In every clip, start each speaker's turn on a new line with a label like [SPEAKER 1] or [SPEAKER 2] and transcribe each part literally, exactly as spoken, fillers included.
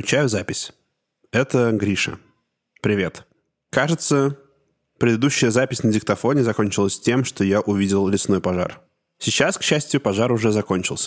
[SPEAKER 1] Включаю запись. Это Гриша. Привет. Кажется, предыдущая запись на диктофоне закончилась тем, что я увидел лесной пожар. Сейчас, к счастью, пожар уже закончился.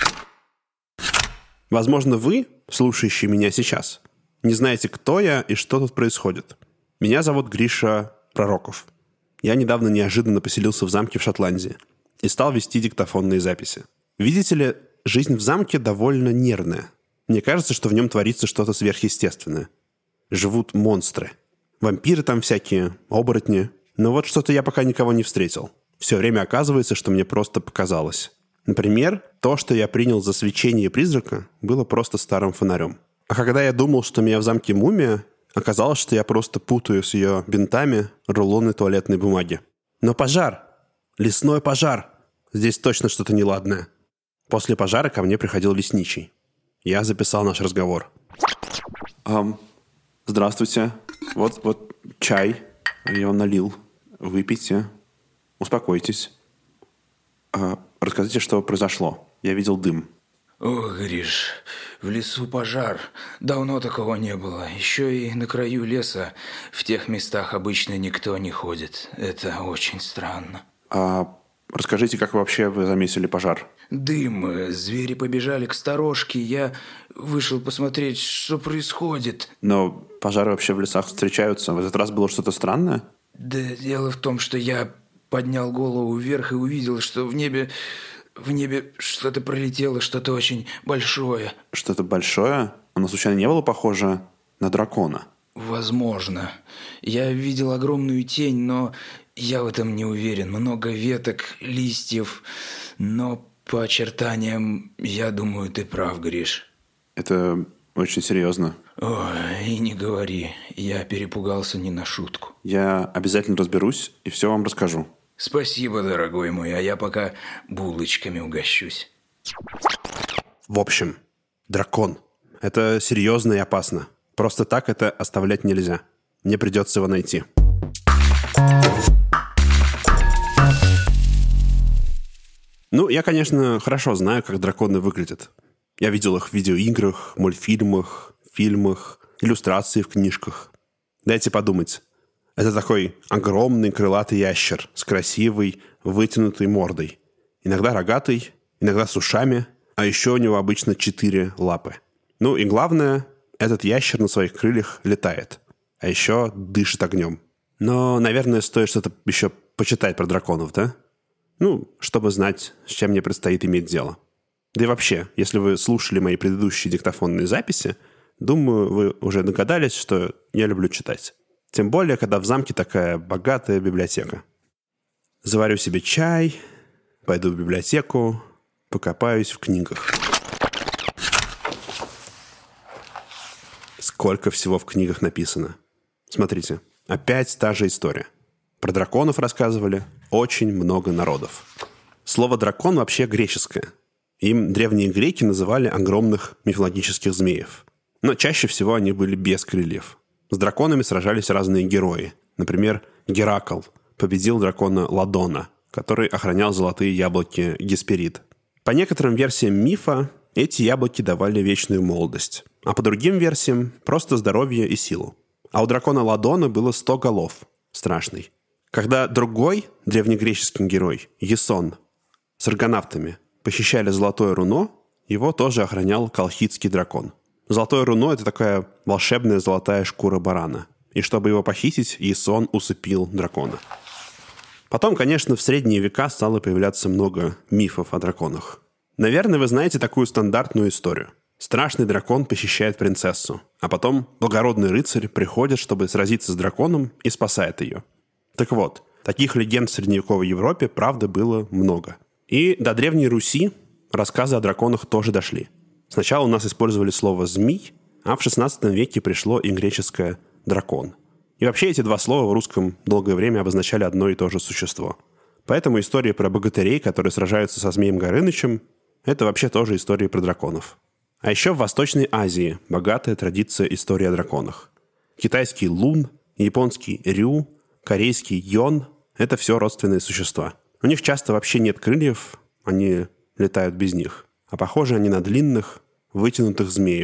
[SPEAKER 1] Возможно, вы, слушающие меня сейчас, не знаете, кто я и что тут происходит. Меня зовут Гриша Пророков. Я недавно неожиданно поселился в замке в Шотландии и стал вести диктофонные записи. Видите ли, жизнь в замке довольно нервная. Мне кажется, что в нем творится что-то сверхъестественное. Живут монстры. Вампиры там всякие, оборотни. Но вот что-то я пока никого не встретил. Все время оказывается, что мне просто показалось. Например, то, что я принял за свечение призрака, было просто старым фонарем. А когда я думал, что у меня в замке мумия, оказалось, что я просто путаю с ее бинтами рулоны туалетной бумаги. Но пожар! Лесной пожар! Здесь точно что-то неладное. После пожара ко мне приходил лесничий. Я записал наш разговор. Um, здравствуйте. Вот, вот чай. Я его налил. Выпейте. Успокойтесь. Uh, расскажите, что произошло. Я видел дым.
[SPEAKER 2] Ох, Гриш, в лесу пожар. Давно такого не было. Еще и на краю леса. В тех местах обычно никто не ходит. Это очень странно.
[SPEAKER 1] А расскажите, как вообще вы заметили пожар?
[SPEAKER 2] Дым. Звери побежали к сторожке. Я вышел посмотреть, что происходит.
[SPEAKER 1] Но пожары вообще в лесах встречаются. В этот раз было что-то странное?
[SPEAKER 2] Да дело в том, что я поднял голову вверх и увидел, что в небе... В небе что-то пролетело, что-то очень большое.
[SPEAKER 1] Что-то большое? Оно случайно не было похоже на дракона?
[SPEAKER 2] Возможно. Я видел огромную тень, но я в этом не уверен. Много веток, листьев, но по очертаниям, я думаю, ты прав, Гриш.
[SPEAKER 1] Это очень серьезно.
[SPEAKER 2] Ой, и не говори. Я перепугался не на шутку.
[SPEAKER 1] Я обязательно разберусь и все вам расскажу.
[SPEAKER 2] Спасибо, дорогой мой, а я пока булочками угощусь.
[SPEAKER 1] В общем, дракон. Это серьезно и опасно. Просто так это оставлять нельзя. Мне придется его найти. Ну, я, конечно, хорошо знаю, как драконы выглядят. Я видел их в видеоиграх, мультфильмах, фильмах, иллюстрации в книжках. Дайте подумать. Это такой огромный крылатый ящер с красивой, вытянутой мордой. Иногда рогатый, иногда с ушами, а еще у него обычно четыре лапы. Ну и главное, этот ящер на своих крыльях летает, а еще дышит огнем. Но, наверное, стоит что-то еще почитать про драконов, да? Ну, чтобы знать, с чем мне предстоит иметь дело. Да и вообще, если вы слушали мои предыдущие диктофонные записи, думаю, вы уже догадались, что я люблю читать. Тем более, когда в замке такая богатая библиотека. Заварю себе чай, пойду в библиотеку, покопаюсь в книгах. Сколько всего в книгах написано. Смотрите, опять та же история. Про драконов рассказывали очень много народов. Слово «дракон» вообще греческое. Им древние греки называли огромных мифологических змеев. Но чаще всего они были без крыльев. С драконами сражались разные герои. Например, Геракл победил дракона Ладона, который охранял золотые яблоки Гесперид. По некоторым версиям мифа, эти яблоки давали вечную молодость. А по другим версиям – просто здоровье и силу. А у дракона Ладона было сто голов. Страшный. Когда другой древнегреческий герой, Ясон, с аргонавтами похищали золотое руно, его тоже охранял колхидский дракон. Золотое руно – это такая волшебная золотая шкура барана. И чтобы его похитить, Ясон усыпил дракона. Потом, конечно, в средние века стало появляться много мифов о драконах. Наверное, вы знаете такую стандартную историю. Страшный дракон похищает принцессу, а потом благородный рыцарь приходит, чтобы сразиться с драконом, и спасает ее. Так вот, таких легенд в средневековой Европе, правда, было много. И до Древней Руси рассказы о драконах тоже дошли. Сначала у нас использовали слово «змий», а в шестнадцатом веке пришло и греческое «дракон». И вообще эти два слова в русском долгое время обозначали одно и то же существо. Поэтому история про богатырей, которые сражаются со Змеем Горынычем, это вообще тоже история про драконов. А еще в Восточной Азии богатая традиция истории о драконах. Китайский лун, японский рю, корейский йон – это все родственные существа. У них часто вообще нет крыльев, они летают без них. А похожи они на длинных, вытянутых змеев,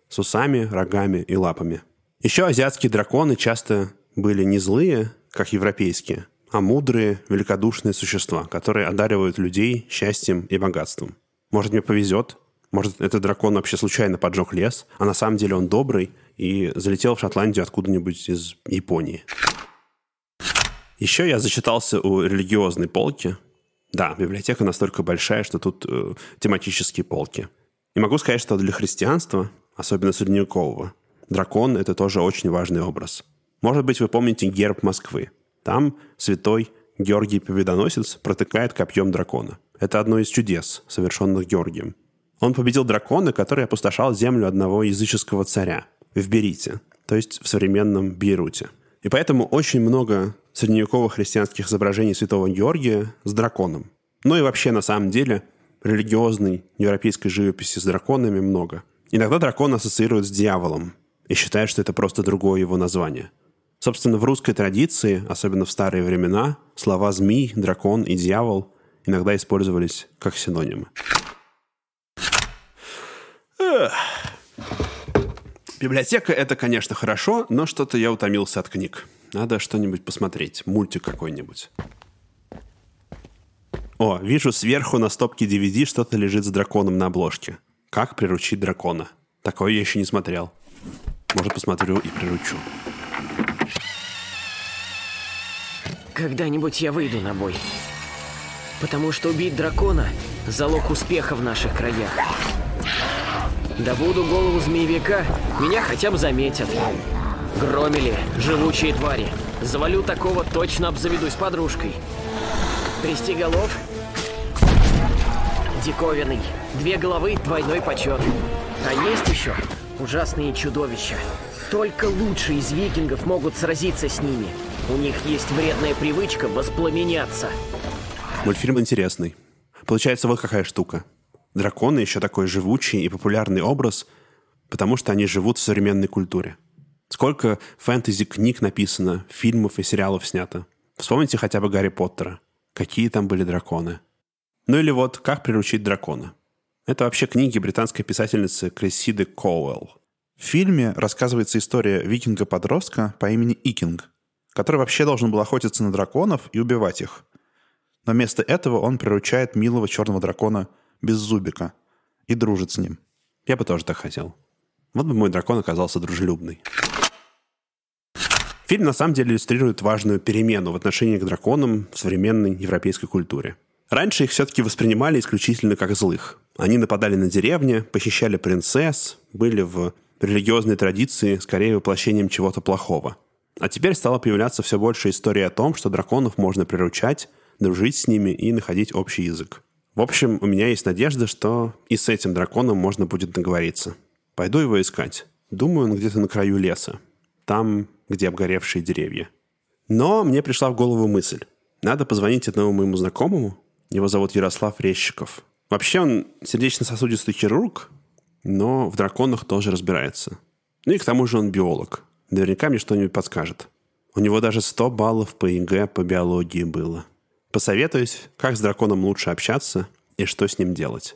[SPEAKER 1] с усами, рогами и лапами. Еще азиатские драконы часто были не злые, как европейские, а мудрые, великодушные существа, которые одаривают людей счастьем и богатством. Может, мне повезет, может, этот дракон вообще случайно поджег лес, а на самом деле он добрый и залетел в Шотландию откуда-нибудь из Японии. Еще я зачитался у религиозной полки. Да, библиотека настолько большая, что тут э, тематические полки. И могу сказать, что для христианства, особенно средневекового, дракон — это тоже очень важный образ. Может быть, вы помните герб Москвы. Там святой Георгий Победоносец протыкает копьем дракона. Это одно из чудес, совершенных Георгием. Он победил дракона, который опустошал землю одного языческого царя в Берите, то есть в современном Бейруте. И поэтому очень много средневековых христианских изображений святого Георгия с драконом. Ну и вообще, на самом деле, религиозной европейской живописи с драконами много. Иногда дракон ассоциируют с дьяволом и считают, что это просто другое его название. Собственно, в русской традиции, особенно в старые времена, слова «змей», «дракон» и «дьявол» иногда использовались как синонимы. Эх. Библиотека — это, конечно, хорошо, но что-то я утомился от книг. Надо что-нибудь посмотреть, мультик какой-нибудь. О, вижу сверху на стопке ди ви ди что-то лежит с драконом на обложке. «Как приручить дракона». Такое я еще не смотрел. Может, посмотрю и приручу.
[SPEAKER 3] Когда-нибудь я выйду на бой. Потому что убить дракона – залог успеха в наших краях. Добуду голову змеевика, меня хотя бы заметят. Громили, живучие твари. Завалю такого, точно обзаведусь подружкой. Трясти голов? Диковинный. Две головы, двойной почет. А есть еще ужасные чудовища. Только лучшие из викингов могут сразиться с ними. У них есть вредная привычка воспламеняться.
[SPEAKER 1] Мультфильм интересный. Получается, вот какая штука. Драконы еще такой живучий и популярный образ, потому что они живут в современной культуре. Сколько фэнтези-книг написано, фильмов и сериалов снято. Вспомните хотя бы Гарри Поттера. Какие там были драконы. Ну или вот «Как приручить дракона». Это вообще книги британской писательницы Крессиды Коуэлл. В фильме рассказывается история викинга-подростка по имени Икинг, который вообще должен был охотиться на драконов и убивать их. Но вместо этого он приручает милого черного дракона Беззубика и дружит с ним. Я бы тоже так хотел. Вот бы мой дракон оказался дружелюбный. Фильм на самом деле иллюстрирует важную перемену в отношении к драконам в современной европейской культуре. Раньше их все-таки воспринимали исключительно как злых. Они нападали на деревни, похищали принцесс, были в религиозной традиции скорее воплощением чего-то плохого. А теперь стало появляться все больше историй о том, что драконов можно приручать, дружить с ними и находить общий язык. В общем, у меня есть надежда, что и с этим драконом можно будет договориться. Пойду его искать. Думаю, он где-то на краю леса. Там, где обгоревшие деревья. Но мне пришла в голову мысль. Надо позвонить одному моему знакомому. Его зовут Ярослав Резчиков. Вообще он сердечно-сосудистый хирург, но в драконах тоже разбирается. Ну и к тому же он биолог. Наверняка мне что-нибудь подскажет. У него даже сто баллов по ЕГЭ по биологии было. Посоветуюсь, как с драконом лучше общаться и что с ним делать.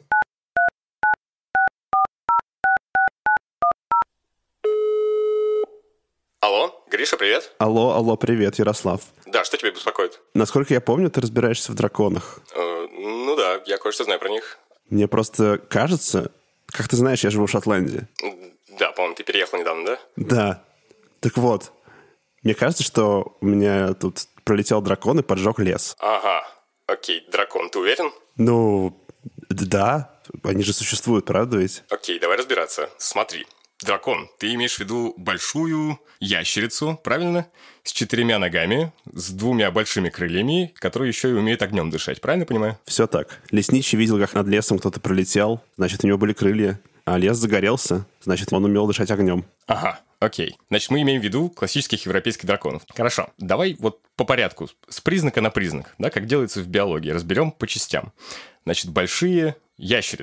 [SPEAKER 4] Алло, Гриша, привет.
[SPEAKER 1] Алло, алло, привет, Ярослав.
[SPEAKER 4] Да, что тебя беспокоит?
[SPEAKER 1] Насколько я помню, ты разбираешься в драконах.
[SPEAKER 4] Э, ну да, я кое-что знаю про них.
[SPEAKER 1] Мне просто кажется... Как ты знаешь, я живу в Шотландии.
[SPEAKER 4] Да, по-моему, ты переехал недавно, да?
[SPEAKER 1] Да. Так вот, мне кажется, что у меня тут пролетел дракон и поджег лес.
[SPEAKER 4] Ага, окей, дракон, ты уверен?
[SPEAKER 1] Ну, да. Они же существуют, правда ведь?
[SPEAKER 4] Окей, давай разбираться. Смотри. Дракон, ты имеешь в виду большую ящерицу, правильно? С четырьмя ногами, с двумя большими крыльями, которые еще и умеют огнем дышать, правильно понимаю?
[SPEAKER 1] Все так. Лесничий видел, как над лесом кто-то пролетел, значит, у него были крылья, а лес загорелся, значит, он умел дышать огнем.
[SPEAKER 4] Ага, окей. Значит, мы имеем в виду классических европейских драконов. Хорошо, давай вот по порядку, с признака на признак, да, как делается в биологии, разберем по частям. Значит, большие ящерицы.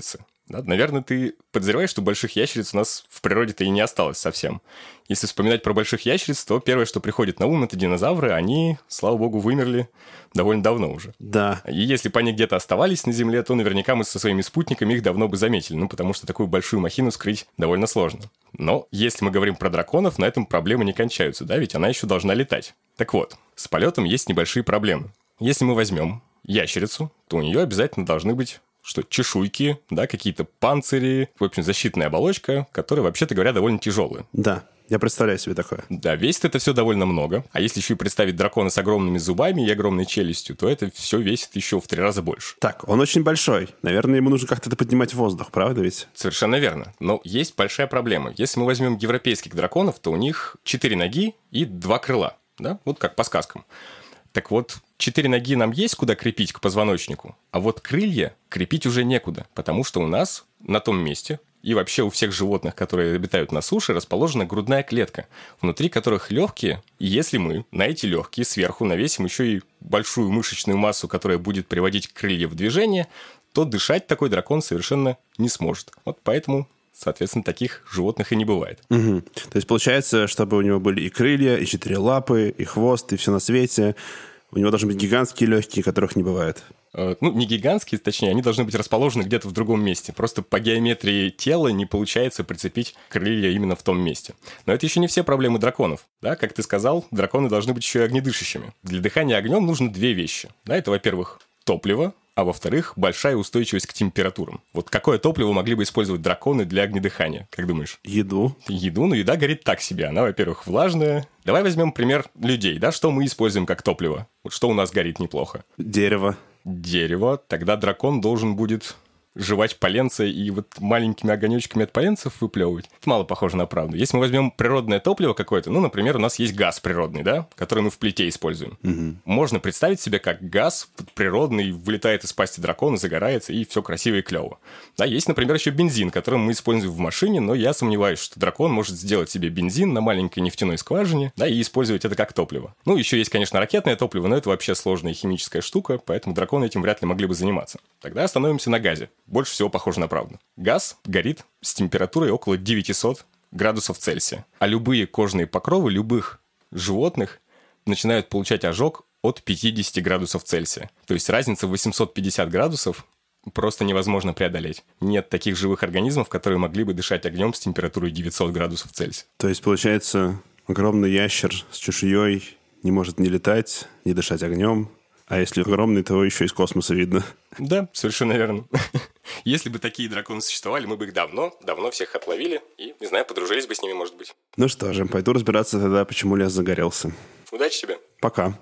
[SPEAKER 4] Да? Наверное, ты подозреваешь, что больших ящериц у нас в природе-то и не осталось совсем. Если вспоминать про больших ящериц, то первое, что приходит на ум, это динозавры. Они, слава богу, вымерли довольно давно уже.
[SPEAKER 1] Да.
[SPEAKER 4] И если бы они где-то оставались на Земле, то наверняка мы со своими спутниками их давно бы заметили. Ну, потому что такую большую махину скрыть довольно сложно. Но если мы говорим про драконов, на этом проблемы не кончаются, да? Ведь она еще должна летать. Так вот, с полетом есть небольшие проблемы. Если мы возьмем ящерицу, то у нее обязательно должны быть... что чешуйки, да, какие-то панцири, в общем, защитная оболочка, которая, вообще-то говоря, довольно тяжелая.
[SPEAKER 1] Да, я представляю себе такое.
[SPEAKER 4] Да, весит это все довольно много. А если еще и представить дракона с огромными зубами и огромной челюстью, то это все весит еще в три раза больше.
[SPEAKER 1] Так, он очень большой. Наверное, ему нужно как-то это поднимать в воздух, правда ведь?
[SPEAKER 4] Совершенно верно. Но есть большая проблема. Если мы возьмем европейских драконов, то у них четыре ноги и два крыла, да, вот как по сказкам. Так вот, четыре ноги нам есть куда крепить к позвоночнику, а вот крылья крепить уже некуда, потому что у нас на том месте, и вообще у всех животных, которые обитают на суше, расположена грудная клетка, внутри которых легкие, и если мы на эти легкие сверху навесим еще и большую мышечную массу, которая будет приводить крылья в движение, то дышать такой дракон совершенно не сможет. Вот поэтому... Соответственно, таких животных и не бывает.
[SPEAKER 1] Угу. То есть, получается, чтобы у него были и крылья, и четыре лапы, и хвост, и все на свете, у него должны быть гигантские легкие, которых не бывает.
[SPEAKER 4] Э, ну, не гигантские, точнее, они должны быть расположены где-то в другом месте. Просто по геометрии тела не получается прицепить крылья именно в том месте. Но это еще не все проблемы драконов. Да, как ты сказал, драконы должны быть еще и огнедышащими. Для дыхания огнем нужно две вещи. Да, это, во-первых, топливо, а во-вторых, большая устойчивость к температурам. Вот какое топливо могли бы использовать драконы для огнедыхания, как думаешь?
[SPEAKER 1] Еду.
[SPEAKER 4] Еду, но еда горит так себе. Она, во-первых, влажная. Давай возьмем пример людей, да, что мы используем как топливо? Вот что у нас горит неплохо?
[SPEAKER 1] Дерево.
[SPEAKER 4] Дерево. Тогда дракон должен будет... жевать поленца и вот маленькими огонечками от поленцев выплевывать. Это мало похоже на правду. Если мы возьмем природное топливо какое-то, ну, например, у нас есть газ природный, да, который мы в плите используем. Угу. Можно представить себе, как газ природный вылетает из пасти дракона, загорается, и все красиво и клево. Да, есть, например, еще бензин, который мы используем в машине, но я сомневаюсь, что дракон может сделать себе бензин на маленькой нефтяной скважине, да, и использовать это как топливо. Ну, еще есть, конечно, ракетное топливо, но это вообще сложная химическая штука, поэтому драконы этим вряд ли могли бы заниматься. Тогда остановимся на газе. Больше всего похоже на правду. Газ горит с температурой около девятьсот градусов Цельсия. А любые кожные покровы любых животных начинают получать ожог от пятьдесят градусов Цельсия. То есть разница в восемьсот пятьдесят градусов просто невозможно преодолеть. Нет таких живых организмов, которые могли бы дышать огнем с температурой девятьсот градусов Цельсия.
[SPEAKER 1] То есть, получается, огромный ящер с чешуей не может ни летать, ни дышать огнем. А если огромный, то его еще из космоса видно.
[SPEAKER 4] Да, совершенно верно. Если бы такие драконы существовали, мы бы их давно, давно всех отловили и, не знаю, подружились бы с ними, может быть.
[SPEAKER 1] Ну что же, пойду разбираться тогда, почему лес загорелся.
[SPEAKER 4] Удачи тебе.
[SPEAKER 1] Пока.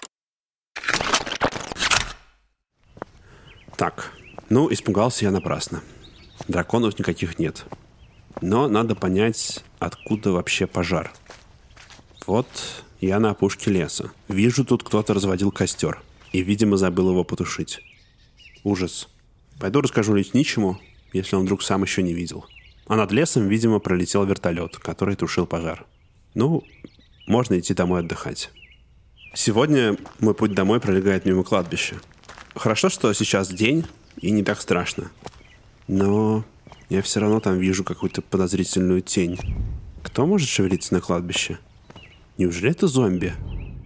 [SPEAKER 1] Так, ну, испугался я напрасно. Драконов никаких нет. Но надо понять, откуда вообще пожар. Вот я на опушке леса. Вижу, тут кто-то разводил костер. И, видимо, забыл его потушить. Ужас. Пойду расскажу лесничему, если он вдруг сам еще не видел. А над лесом, видимо, пролетел вертолет, который тушил пожар. Ну, можно идти домой отдыхать. Сегодня мой путь домой пролегает мимо кладбища. Хорошо, что сейчас день, и не так страшно. Но я все равно там вижу какую-то подозрительную тень. Кто может шевелиться на кладбище? Неужели это зомби?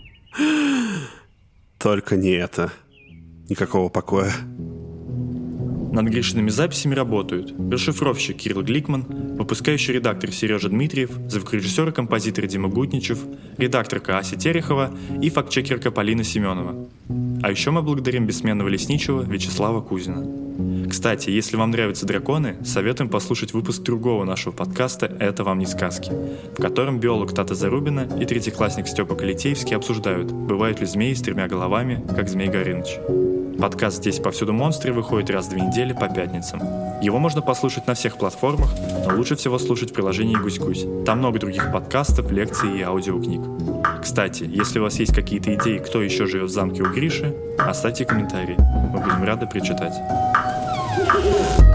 [SPEAKER 1] Только не это. Никакого покоя.
[SPEAKER 5] Над Гришиными записями работают расшифровщик Кирилл Гликман, выпускающий редактор Сережа Дмитриев, звукорежиссер и композитор Дима Гутничев, редакторка Ася Терехова и фактчекерка Полина Семенова. А еще мы благодарим бессменного лесничего Вячеслава Кузина. Кстати, если вам нравятся драконы, советуем послушать выпуск другого нашего подкаста «Это вам не сказки», в котором биолог Тата Зарубина и третьеклассник Степа Калитеевский обсуждают, бывают ли змеи с тремя головами, как Змей Горыныч. Подкаст «Здесь повсюду монстры» выходит раз в две недели по пятницам. Его можно послушать на всех платформах, но лучше всего слушать в приложении «Гусь-Гусь». Там много других подкастов, лекций и аудиокниг. Кстати, если у вас есть какие-то идеи, кто еще живет в замке у Гриши, оставьте комментарий. Мы будем рады прочитать.